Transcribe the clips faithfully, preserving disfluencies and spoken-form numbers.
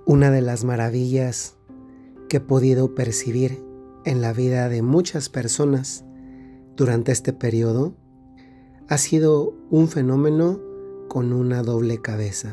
Una de las maravillas que he podido percibir en la vida de muchas personas durante este periodo ha sido un fenómeno con una doble cabeza.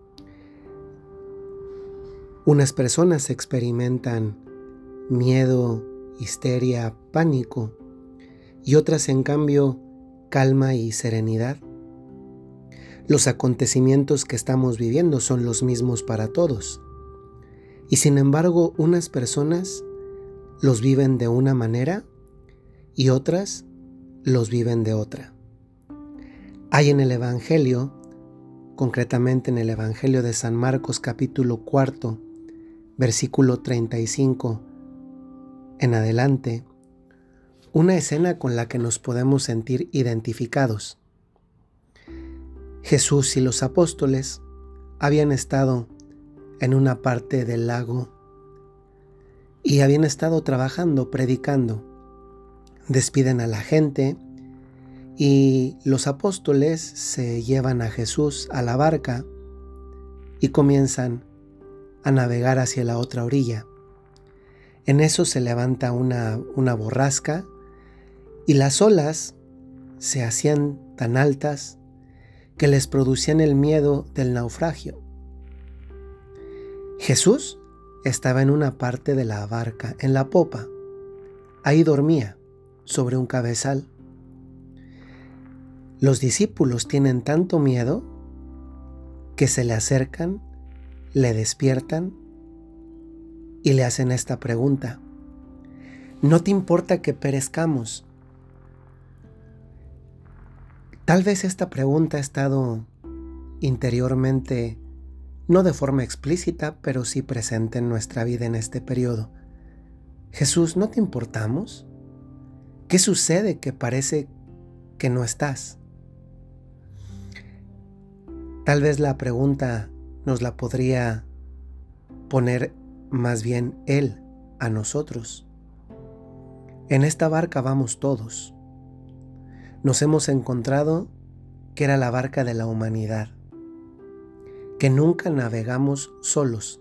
Unas personas experimentan miedo, histeria, pánico, y otras, en cambio, calma y serenidad. Los acontecimientos que estamos viviendo son los mismos para todos. Y sin embargo, unas personas los viven de una manera y otras los viven de otra. Hay en el Evangelio, concretamente en el Evangelio de San Marcos capítulo cuarto, versículo treinta y cinco en adelante, una escena con la que nos podemos sentir identificados. Jesús y los apóstoles habían estado en una parte del lago y habían estado trabajando, predicando. Despiden a la gente y los apóstoles se llevan a Jesús a la barca y comienzan a navegar hacia la otra orilla. En eso se levanta una, una borrasca y las olas se hacían tan altas que les producían el miedo del naufragio. Jesús estaba en una parte de la barca, en la popa. Ahí dormía, sobre un cabezal. Los discípulos tienen tanto miedo que se le acercan, le despiertan y le hacen esta pregunta: ¿no te importa que perezcamos? Tal vez esta pregunta ha estado interiormente, no de forma explícita, pero sí presente en nuestra vida en este periodo. Jesús, ¿no te importamos? ¿Qué sucede que parece que no estás? Tal vez la pregunta nos la podría poner más bien Él a nosotros. En esta barca vamos todos. Nos hemos encontrado que era la barca de la humanidad, que nunca navegamos solos.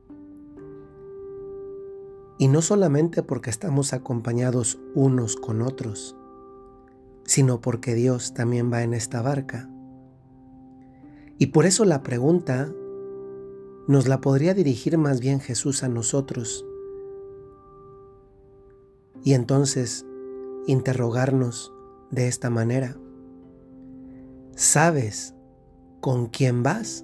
Y no solamente porque estamos acompañados unos con otros, sino porque Dios también va en esta barca. Y por eso la pregunta nos la podría dirigir más bien Jesús a nosotros. Y entonces interrogarnos de esta manera: ¿sabes con quién vas?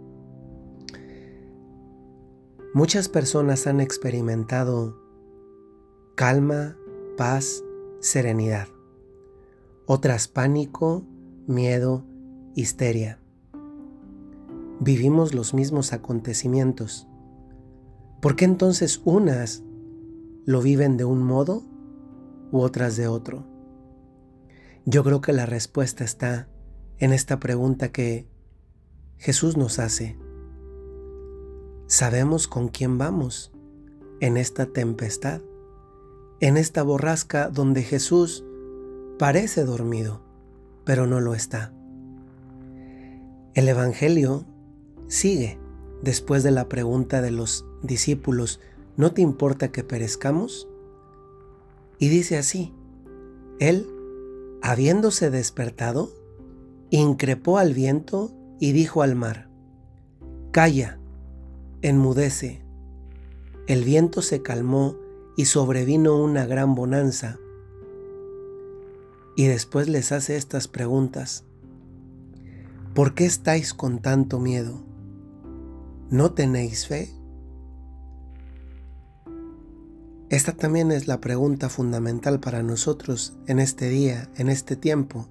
Muchas personas han experimentado calma, paz, serenidad. Otras pánico, miedo, histeria. Vivimos los mismos acontecimientos. ¿Por qué entonces unas lo viven de un modo u otras de otro? Yo creo que la respuesta está en esta pregunta que Jesús nos hace. ¿Sabemos con quién vamos en esta tempestad, en esta borrasca donde Jesús parece dormido, pero no lo está? El Evangelio sigue después de la pregunta de los discípulos: ¿no te importa que perezcamos? Y dice así: Él, habiéndose despertado, increpó al viento y dijo al mar: calla, enmudece. El viento se calmó y sobrevino una gran bonanza. Y después les hace estas preguntas: ¿por qué estáis con tanto miedo? ¿No tenéis fe? Esta también es la pregunta fundamental para nosotros en este día, en este tiempo.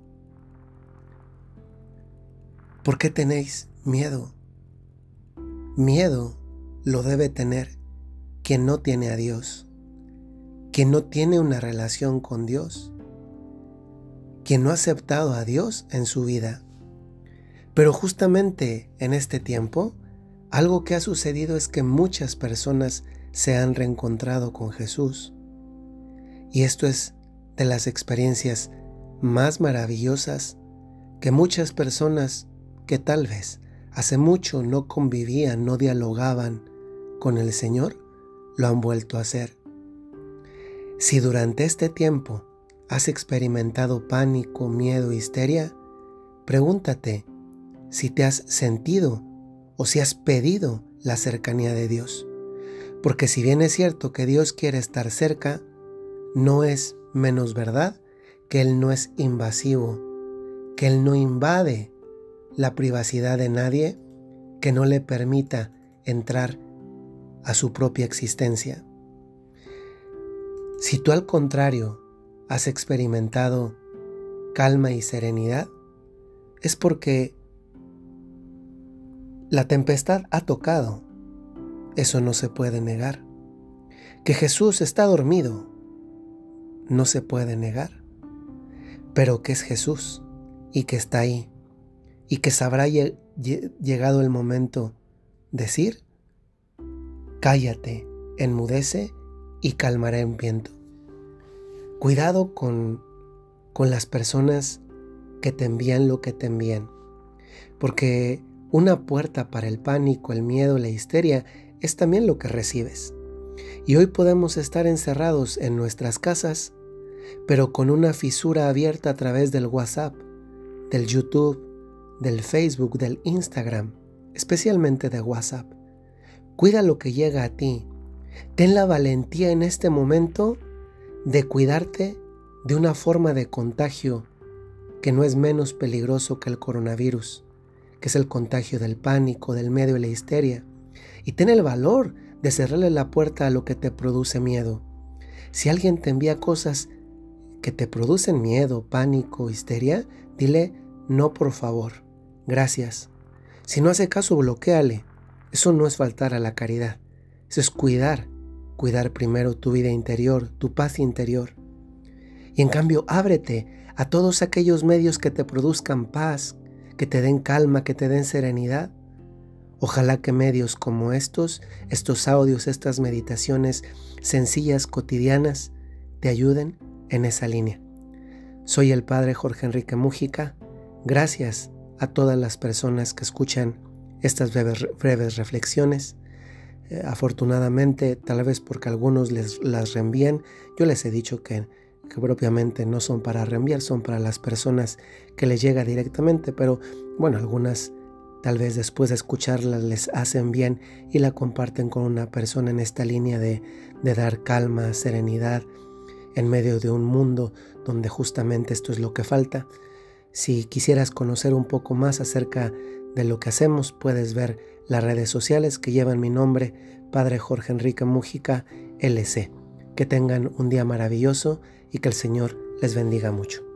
¿Por qué tenéis miedo? Miedo lo debe tener quien no tiene a Dios, quien no tiene una relación con Dios, quien no ha aceptado a Dios en su vida. Pero justamente en este tiempo, algo que ha sucedido es que muchas personas se han reencontrado con Jesús. Y esto es de las experiencias más maravillosas que muchas personas que tal vez hace mucho no convivían, no dialogaban, con el Señor lo han vuelto a hacer. Si durante este tiempo has experimentado pánico, miedo, histeria, pregúntate si te has sentido o si has pedido la cercanía de Dios. Porque si bien es cierto que Dios quiere estar cerca, no es menos verdad que Él no es invasivo, que Él no invade la privacidad de nadie, que no le permita entrar a su propia existencia. Si tú al contrario has experimentado calma y serenidad, es porque la tempestad ha tocado. Eso no se puede negar. Que Jesús está dormido, no se puede negar. Pero que es Jesús y que está ahí y que sabrá lle- lle- llegado el momento decir: cállate, enmudece y calmaré el viento. Cuidado con, con las personas que te envían lo que te envían, porque una puerta para el pánico, el miedo, la histeria es también lo que recibes. Y hoy podemos estar encerrados en nuestras casas, pero con una fisura abierta a través del WhatsApp, del YouTube, del Facebook, del Instagram, especialmente de WhatsApp. Cuida lo que llega a ti. Ten la valentía en este momento de cuidarte de una forma de contagio que no es menos peligroso que el coronavirus, que es el contagio del pánico, del miedo y la histeria. Y ten el valor de cerrarle la puerta a lo que te produce miedo. Si alguien te envía cosas que te producen miedo, pánico, histeria, dile: no, por favor, gracias. Si no hace caso, bloquéale. Eso no es faltar a la caridad. Eso es cuidar, cuidar primero tu vida interior, tu paz interior. Y en cambio, ábrete a todos aquellos medios que te produzcan paz, que te den calma, que te den serenidad. Ojalá que medios como estos, estos audios, estas meditaciones sencillas, cotidianas, te ayuden en esa línea. Soy el Padre Jorge Enrique Mújica. Gracias a todas las personas que escuchan estas breves, breves reflexiones. Eh, afortunadamente, tal vez porque algunos les, las reenvían, yo les he dicho que, que propiamente no son para reenviar, son para las personas que les llega directamente, pero bueno, algunas tal vez después de escucharlas les hacen bien y la comparten con una persona en esta línea de, de dar calma, serenidad, en medio de un mundo donde justamente esto es lo que falta. Si quisieras conocer un poco más acerca de lo que hacemos, puedes ver las redes sociales que llevan mi nombre, Padre Jorge Enrique Mújica, L C. Que tengan un día maravilloso y que el Señor les bendiga mucho.